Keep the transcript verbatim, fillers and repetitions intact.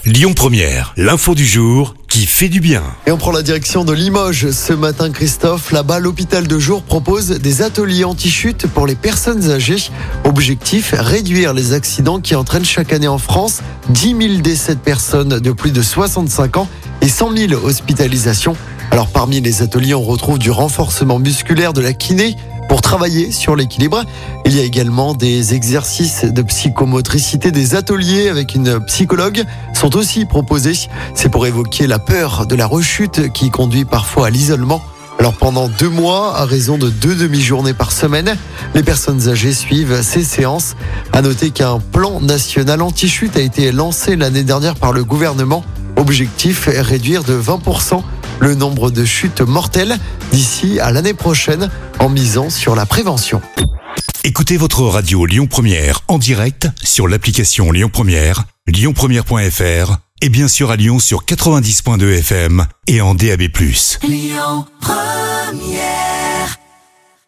Lyon Première, l'info du jour qui fait du bien. Et on prend la direction de Limoges ce matin, Christophe. Là-bas, l'hôpital de jour propose des ateliers anti-chute pour les personnes âgées. Objectif, réduire les accidents qui entraînent chaque année en France dix mille décès de personnes de plus de soixante-cinq ans et cent mille hospitalisations. Alors parmi les ateliers, on retrouve du renforcement musculaire, de la kiné pour travailler sur l'équilibre. Il y a également des exercices de psychomotricité, des ateliers avec une psychologue sont aussi proposés. C'est pour évoquer la peur de la rechute qui conduit parfois à l'isolement. Alors pendant deux mois, à raison de deux demi-journées par semaine, les personnes âgées suivent ces séances. À noter qu'un plan national anti-chute a été lancé l'année dernière par le gouvernement. Objectif, réduire de vingt pour cent le nombre de chutes mortelles d'ici à l'année prochaine en misant sur la prévention. Écoutez votre radio Lyon Première en direct sur l'application Lyon Première, lyon première point f r et bien sûr à Lyon sur quatre-vingt-dix point deux F M et en D A B plus. Lyon Première.